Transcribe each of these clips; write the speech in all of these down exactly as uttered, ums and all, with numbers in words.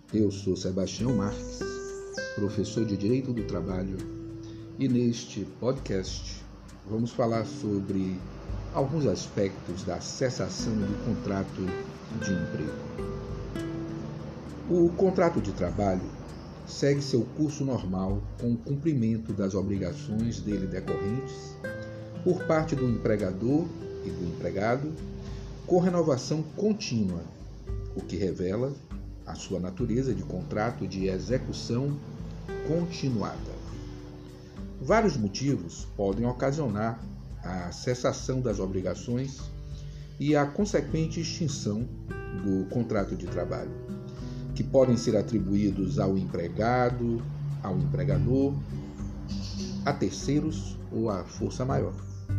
Eu sou Sebastião Marques, professor de Direito do Trabalho, e neste podcast vamos falar sobre alguns aspectos da cessação do contrato de emprego. O contrato de trabalho segue seu curso normal com o cumprimento das obrigações dele decorrentes por parte do empregador e do empregado, com renovação contínua, o que revela a sua natureza de contrato de execução continuada. Vários motivos podem ocasionar a cessação das obrigações e a consequente extinção do contrato de trabalho, que podem ser atribuídos ao empregado, ao empregador, a terceiros ou à força maior.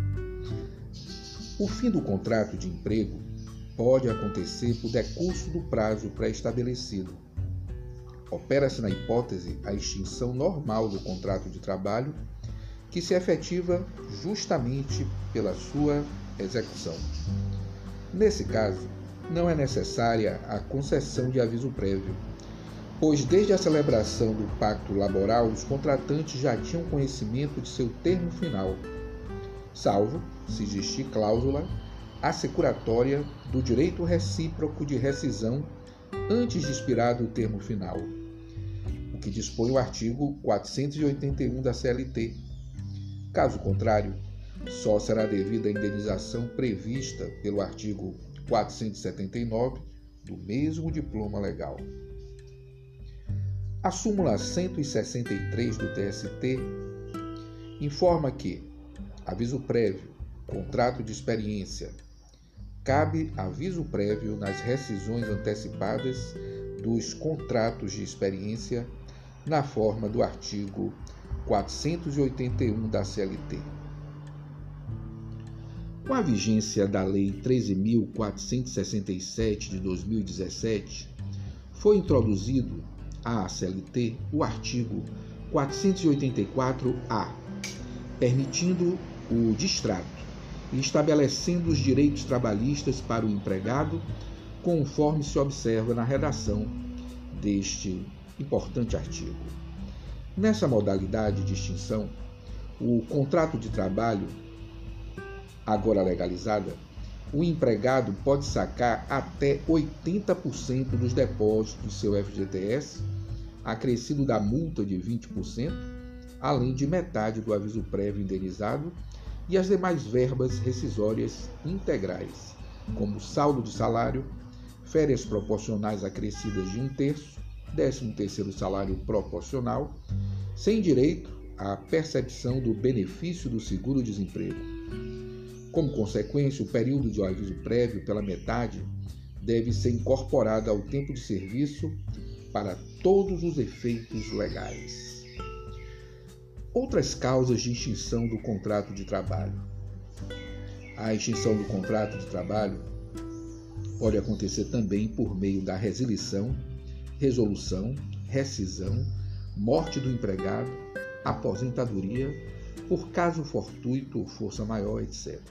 O fim do contrato de emprego pode acontecer por decurso do prazo pré-estabelecido. Opera-se na hipótese a extinção normal do contrato de trabalho, que se efetiva justamente pela sua execução. Nesse caso, não é necessária a concessão de aviso prévio, pois desde a celebração do pacto laboral os contratantes já tinham conhecimento de seu termo final, salvo se existir cláusula assecuratória do direito recíproco de rescisão antes de expirado o termo final, o que dispõe o artigo quatrocentos e oitenta e um da C L T. Caso contrário, só será devida a indenização prevista pelo artigo quatrocentos e setenta e nove do mesmo diploma legal. A súmula cento e sessenta e três do T S T informa que aviso prévio, contrato de experiência, cabe aviso prévio nas rescisões antecipadas dos contratos de experiência na forma do artigo quatrocentos e oitenta e um da C L T. Com a vigência da Lei treze mil quatrocentos e sessenta e sete de dois mil e dezessete, foi introduzido à C L T o artigo quatrocentos e oitenta e quatro A, permitindo o distrato e estabelecendo os direitos trabalhistas para o empregado, conforme se observa na redação deste importante artigo. Nessa modalidade de extinção, o contrato de trabalho, agora legalizada, o empregado pode sacar até oitenta por cento dos depósitos de seu F G T S, acrescido da multa de vinte por cento, além de metade do aviso prévio indenizado e as demais verbas rescisórias integrais, como saldo de salário, férias proporcionais acrescidas de um terço, décimo terceiro salário proporcional, sem direito à percepção do benefício do seguro-desemprego. Como consequência, o período de aviso prévio pela metade deve ser incorporado ao tempo de serviço para todos os efeitos legais. Outras causas de extinção do contrato de trabalho. A extinção do contrato de trabalho pode acontecer também por meio da resilição, resolução, rescisão, morte do empregado, aposentadoria, por caso fortuito ou força maior, etcétera.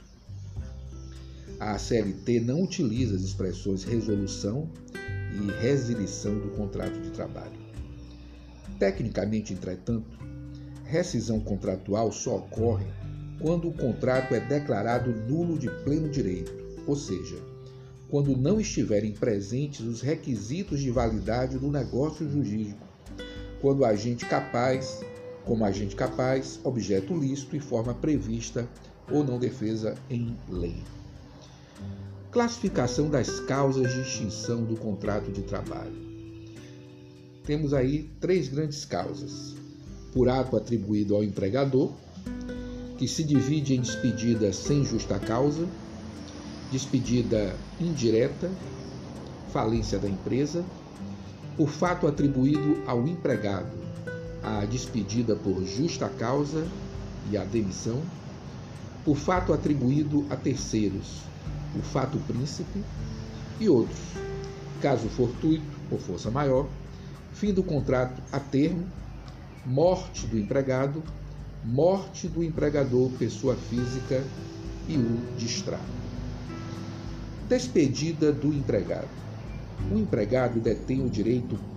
A C L T não utiliza as expressões resolução e resilição do contrato de trabalho. Tecnicamente, entretanto, rescisão contratual só ocorre quando o contrato é declarado nulo de pleno direito, ou seja, quando não estiverem presentes os requisitos de validade do negócio jurídico, quando o agente capaz, como agente capaz, objeto lícito e forma prevista ou não defesa em lei. Classificação das causas de extinção do contrato de trabalho. Temos aí três grandes causas. Por ato atribuído ao empregador, que se divide em despedida sem justa causa, despedida indireta, falência da empresa; por fato atribuído ao empregado, a despedida por justa causa e a demissão; por fato atribuído a terceiros, o fato príncipe; e outros, caso fortuito ou força maior, fim do contrato a termo, morte do empregado, morte do empregador, pessoa física, e o distrato. Despedida do empregado. O empregado detém o direito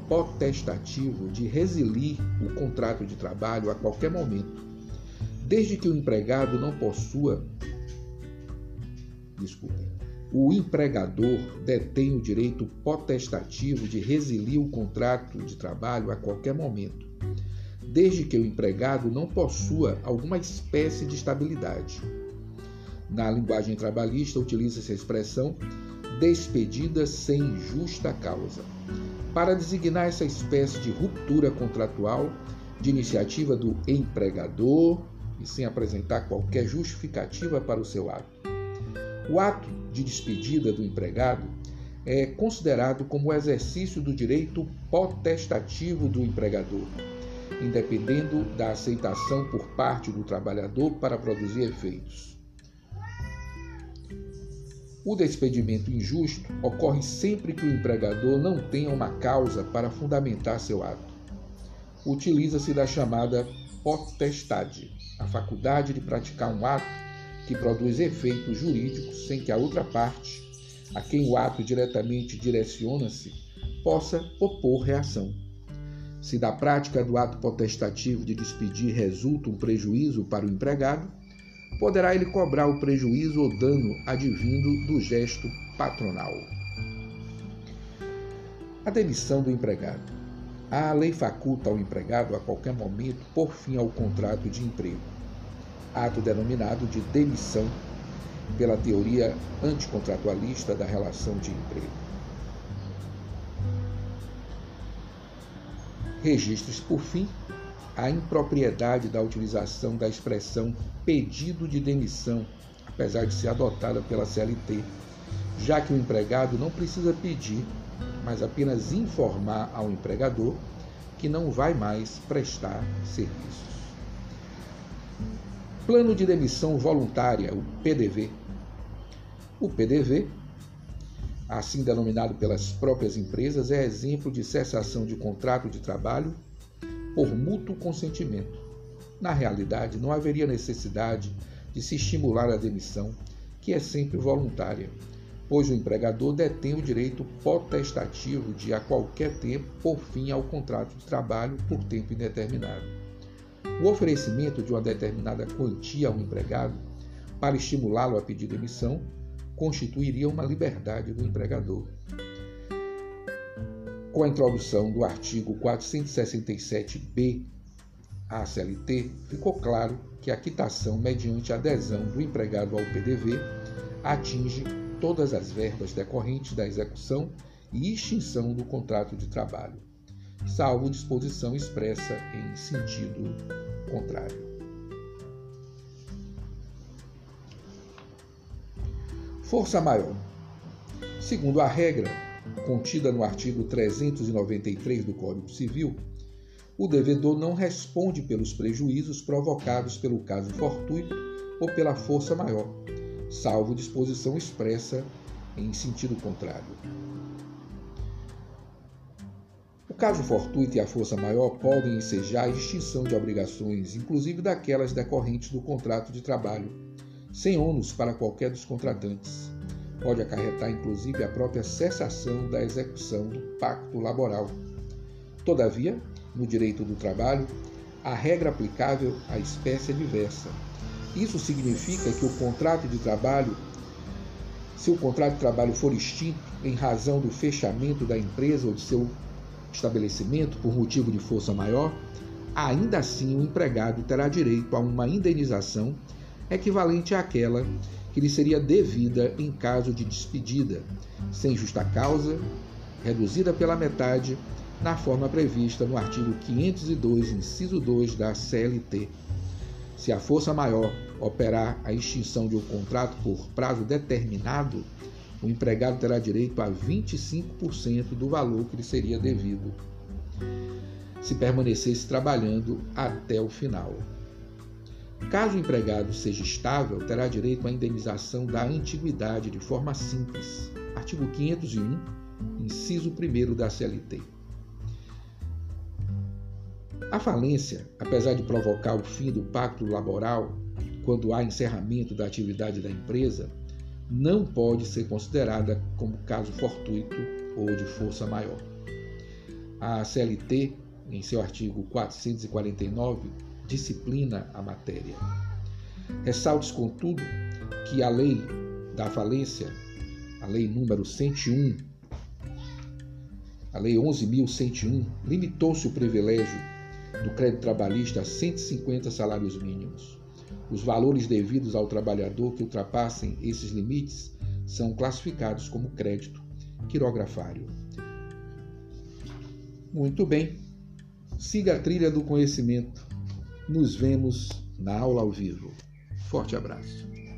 potestativo de resilir o contrato de trabalho a qualquer momento, desde que o empregado não possua, desculpe, o empregador detém o direito potestativo de resilir o contrato de trabalho a qualquer momento, desde que o empregado não possua alguma espécie de estabilidade. Na linguagem trabalhista, utiliza-se a expressão despedida sem justa causa, para designar essa espécie de ruptura contratual de iniciativa do empregador e sem apresentar qualquer justificativa para o seu ato. O ato de despedida do empregado é considerado como o exercício do direito potestativo do empregador, independendo da aceitação por parte do trabalhador para produzir efeitos. O despedimento injusto ocorre sempre que o empregador não tenha uma causa para fundamentar seu ato. Utiliza-se da chamada potestade, a faculdade de praticar um ato que produz efeitos jurídicos sem que a outra parte, a quem o ato diretamente direciona-se, possa opor reação. Se da prática do ato potestativo de despedir resulta um prejuízo para o empregado, poderá ele cobrar o prejuízo ou dano advindo do gesto patronal. A demissão do empregado. A lei faculta ao empregado a qualquer momento pôr fim ao contrato de emprego, ato denominado de demissão pela teoria anticontratualista da relação de emprego. Registre-se, por fim, a impropriedade da utilização da expressão pedido de demissão, apesar de ser adotada pela C L T, já que o empregado não precisa pedir, mas apenas informar ao empregador que não vai mais prestar serviços. Plano de demissão voluntária, o P D V. O P D V, assim denominado pelas próprias empresas, é exemplo de cessação de contrato de trabalho por mútuo consentimento. Na realidade, não haveria necessidade de se estimular a demissão, que é sempre voluntária, pois o empregador detém o direito potestativo de, a qualquer tempo, pôr fim ao contrato de trabalho por tempo indeterminado. O oferecimento de uma determinada quantia ao empregado para estimulá-lo a pedir demissão constituiria uma liberdade do empregador. Com a introdução do artigo quatrocentos e sessenta e sete B à C L T, ficou claro que a quitação mediante adesão do empregado ao P D V atinge todas as verbas decorrentes da execução e extinção do contrato de trabalho, salvo disposição expressa em sentido contrário. Força maior. Segundo a regra contida no artigo trezentos e noventa e três do Código Civil, o devedor não responde pelos prejuízos provocados pelo caso fortuito ou pela força maior, salvo disposição expressa em sentido contrário. O caso fortuito e a força maior podem ensejar a extinção de obrigações, inclusive daquelas decorrentes do contrato de trabalho, sem ônus para qualquer dos contratantes. Pode acarretar, inclusive, a própria cessação da execução do pacto laboral. Todavia, no direito do trabalho, a regra aplicável à espécie é diversa. Isso significa que o contrato de trabalho, se o contrato de trabalho for extinto em razão do fechamento da empresa ou de seu estabelecimento por motivo de força maior, ainda assim o empregado terá direito a uma indenização equivalente àquela que lhe seria devida em caso de despedida, sem justa causa, reduzida pela metade, na forma prevista no artigo quinhentos e dois, inciso dois da C L T. Se a força maior operar a extinção de um contrato por prazo determinado, o empregado terá direito a vinte e cinco por cento do valor que lhe seria devido, se permanecesse trabalhando até o final. Caso o empregado seja estável, terá direito à indenização da antiguidade de forma simples. Artigo quinhentos e um, inciso primeiro da C L T. A falência, apesar de provocar o fim do pacto laboral, quando há encerramento da atividade da empresa, não pode ser considerada como caso fortuito ou de força maior. A C L T, em seu artigo quatrocentos e quarenta e nove, disciplina a matéria. Ressalte, contudo, que a lei da falência, a lei número cento e um, a lei onze mil cento e um, limitou-se o privilégio do crédito trabalhista a cento e cinquenta salários mínimos. Os valores devidos ao trabalhador que ultrapassem esses limites são classificados como crédito quirografário. Muito bem. Siga a trilha do conhecimento. Nos vemos na aula ao vivo. Forte abraço.